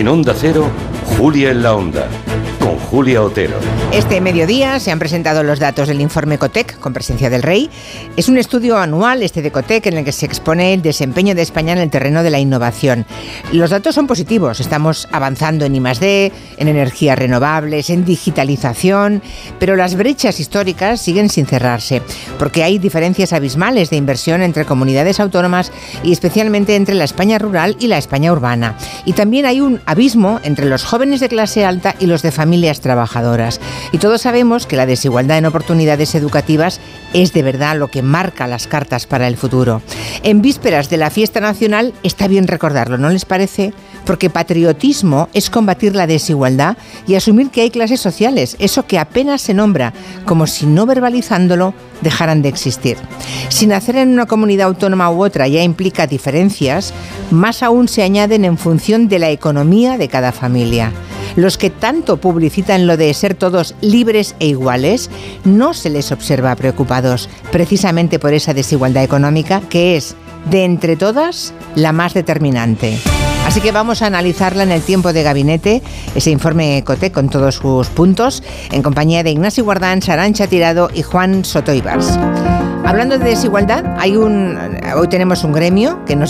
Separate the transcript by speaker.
Speaker 1: Onda Cero, Julia en la Onda, con Julia Otero.
Speaker 2: Este mediodía se han presentado los datos del informe Ecotec, con presencia del Rey. Es un estudio anual, este de Ecotec, en el que se expone el desempeño de España en el terreno de la innovación. Los datos son positivos, estamos avanzando en I+D, en energías renovables, en digitalización, pero las brechas históricas siguen sin cerrarse, porque hay diferencias abismales de inversión entre comunidades autónomas y especialmente entre la España rural y la España urbana. Y también hay un abismo entre los jóvenes de clase alta y los de familias trabajadoras. Y todos sabemos que la desigualdad en oportunidades educativas es de verdad lo que marca las cartas para el futuro. En vísperas de la fiesta nacional está bien recordarlo, ¿no les parece? Porque patriotismo es combatir la desigualdad y asumir que hay clases sociales, eso que apenas se nombra, como si no verbalizándolo dejaran de existir. Si nacer en una comunidad autónoma u otra ya implica diferencias, más aún se añaden en función de la economía de cada familia. Los que tanto publicitan lo de ser todos libres e iguales, no se les observa preocupados, precisamente por esa desigualdad económica que es, de entre todas, la más determinante. Así que vamos a analizarla en el tiempo de gabinete, ese informe Ecotec con todos sus puntos, en compañía de Ignasi Guardans, Arantxa Tirado y Juan Soto Ibars. Hablando de desigualdad, hoy tenemos un gremio que nos